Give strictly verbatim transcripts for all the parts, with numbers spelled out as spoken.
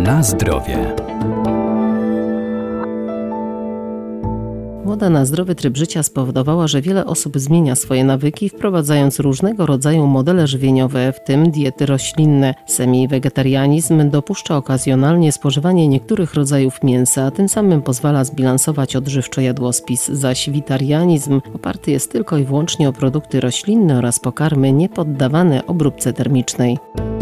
Na zdrowie. Moda na zdrowy tryb życia spowodowała, że wiele osób zmienia swoje nawyki, wprowadzając różnego rodzaju modele żywieniowe, w tym diety roślinne. Semi-wegetarianizm dopuszcza okazjonalnie spożywanie niektórych rodzajów mięsa, a tym samym pozwala zbilansować odżywczo jadłospis, zaś witarianizm oparty jest tylko i wyłącznie o produkty roślinne oraz pokarmy niepoddawane obróbce termicznej.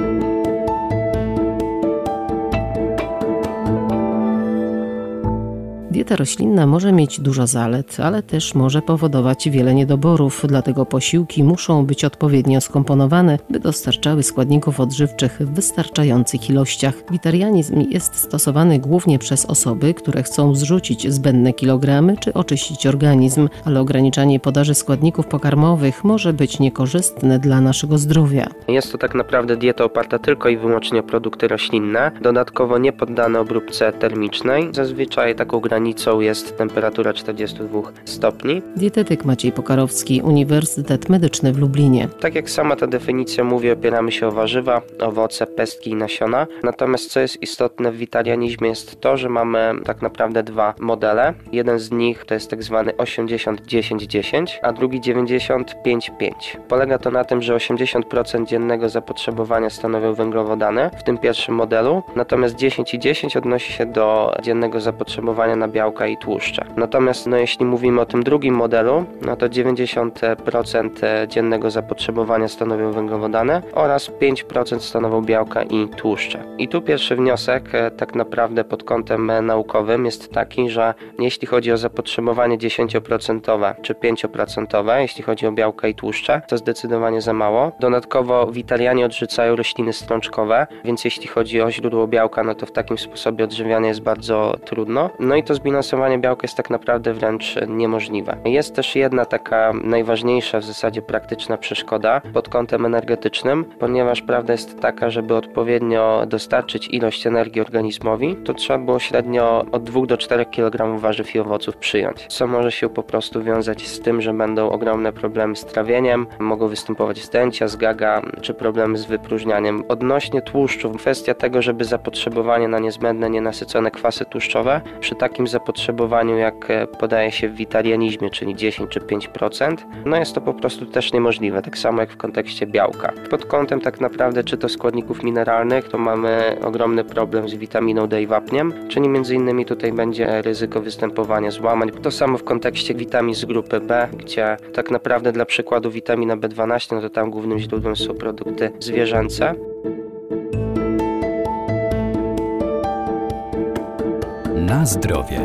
Dieta roślinna może mieć dużo zalet, ale też może powodować wiele niedoborów, dlatego posiłki muszą być odpowiednio skomponowane, by dostarczały składników odżywczych w wystarczających ilościach. Witarianizm jest stosowany głównie przez osoby, które chcą zrzucić zbędne kilogramy czy oczyścić organizm, ale ograniczanie podaży składników pokarmowych może być niekorzystne dla naszego zdrowia. Jest to tak naprawdę dieta oparta tylko i wyłącznie o produkty roślinne, dodatkowo nie poddane obróbce termicznej. Zazwyczaj taką granicą jest temperatura czterdzieści dwa stopni. Dietetyk Maciej Pokarowski, Uniwersytet Medyczny w Lublinie. Tak jak sama ta definicja mówi, opieramy się o warzywa, owoce, pestki i nasiona. Natomiast co jest istotne w witarianizmie jest to, że mamy tak naprawdę dwa modele. Jeden z nich to jest tak zwany osiemdziesiąt dziesięć dziesięć, a drugi dziewięćdziesiąt pięć pięć. Polega to na tym, że osiemdziesiąt procent dziennego zapotrzebowania stanowią węglowodany w tym pierwszym modelu, natomiast dziesięć i dziesięć odnosi się do dziennego zapotrzebowania na białka i tłuszcze. Natomiast no, jeśli mówimy o tym drugim modelu, no to dziewięćdziesiąt procent dziennego zapotrzebowania stanowią węglowodany oraz pięć procent stanowią białka i tłuszcze. I tu pierwszy wniosek tak naprawdę pod kątem naukowym jest taki, że jeśli chodzi o zapotrzebowanie dziesięć procent czy pięć procent, jeśli chodzi o białka i tłuszcze, to zdecydowanie za mało. Dodatkowo witarianie odrzucają rośliny strączkowe, więc jeśli chodzi o źródło białka, no to w takim sposobie odżywiania jest bardzo trudno. No i to zbilansowanie białka jest tak naprawdę wręcz niemożliwe. Jest też jedna taka najważniejsza w zasadzie praktyczna przeszkoda pod kątem energetycznym, ponieważ prawda jest taka, żeby odpowiednio dostarczyć ilość energii organizmowi, to trzeba było średnio od dwóch do czterech kilogramów warzyw i owoców przyjąć, co może się po prostu wiązać z tym, że będą ogromne problemy z trawieniem, mogą występować zdęcia, zgaga czy problemy z wypróżnianiem. Odnośnie tłuszczów, kwestia tego, żeby zapotrzebowanie na niezbędne, nienasycone kwasy tłuszczowe przy takim zapotrzebowaniu, jak podaje się w witarianizmie, czyli dziesięć czy pięć procent, no jest to po prostu też niemożliwe, tak samo jak w kontekście białka. Pod kątem tak naprawdę czy to składników mineralnych, to mamy ogromny problem z witaminą D i wapniem, czyli między innymi tutaj będzie ryzyko występowania złamań. To samo w kontekście witamin z grupy B, gdzie tak naprawdę dla przykładu witamina B dwanaście, no to tam głównym źródłem są produkty zwierzęce. Na zdrowie.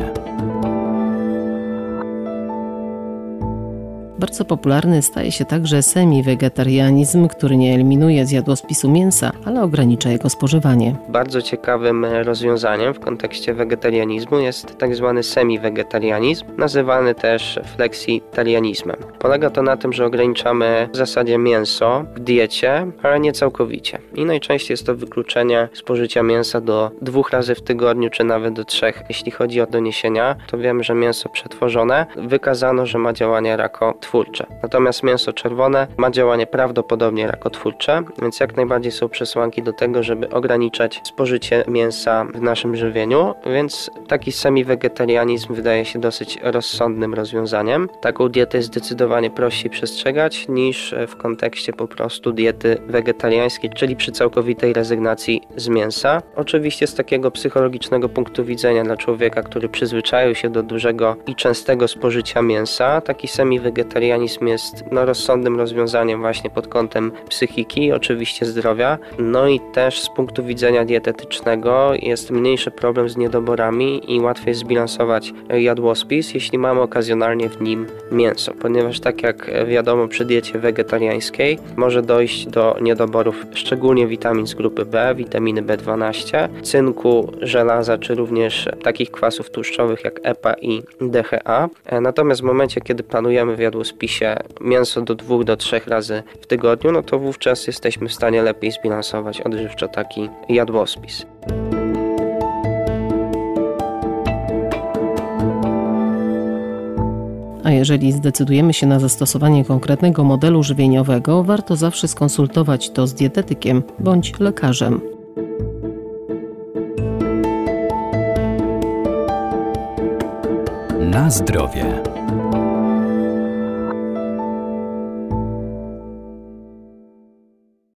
Bardzo popularny staje się także semi-wegetarianizm, który nie eliminuje z jadłospisu mięsa, ale ogranicza jego spożywanie. Bardzo ciekawym rozwiązaniem w kontekście wegetarianizmu jest tak zwany semi-wegetarianizm, nazywany też flexitarianizmem. Polega to na tym, że ograniczamy w zasadzie mięso w diecie, ale nie całkowicie. I najczęściej jest to wykluczenie spożycia mięsa do dwóch razy w tygodniu, czy nawet do trzech. Jeśli chodzi o doniesienia, to wiemy, że mięso przetworzone wykazano, że ma działanie rakotwórcze. Natomiast mięso czerwone ma działanie prawdopodobnie rakotwórcze, więc jak najbardziej są przesłanki do tego, żeby ograniczać spożycie mięsa w naszym żywieniu, więc taki semi-wegetarianizm wydaje się dosyć rozsądnym rozwiązaniem. Taką dietę jest zdecydowanie prościej przestrzegać niż w kontekście po prostu diety wegetariańskiej, czyli przy całkowitej rezygnacji z mięsa. Oczywiście z takiego psychologicznego punktu widzenia dla człowieka, który przyzwyczaił się do dużego i częstego spożycia mięsa, taki semi-wegetarianizm jest no, rozsądnym rozwiązaniem właśnie pod kątem psychiki i oczywiście zdrowia. No i też z punktu widzenia dietetycznego jest mniejszy problem z niedoborami i łatwiej zbilansować jadłospis, jeśli mamy okazjonalnie w nim mięso, ponieważ tak jak wiadomo przy diecie wegetariańskiej może dojść do niedoborów szczególnie witamin z grupy B, witaminy B dwanaście, cynku, żelaza czy również takich kwasów tłuszczowych jak E P A i D H A. Natomiast w momencie, kiedy planujemy w jadłospisie mięso do dwóch do trzech razy w tygodniu, no to wówczas jesteśmy w stanie lepiej zbilansować odżywczo taki jadłospis. A jeżeli zdecydujemy się na zastosowanie konkretnego modelu żywieniowego, warto zawsze skonsultować to z dietetykiem bądź lekarzem. Na zdrowie.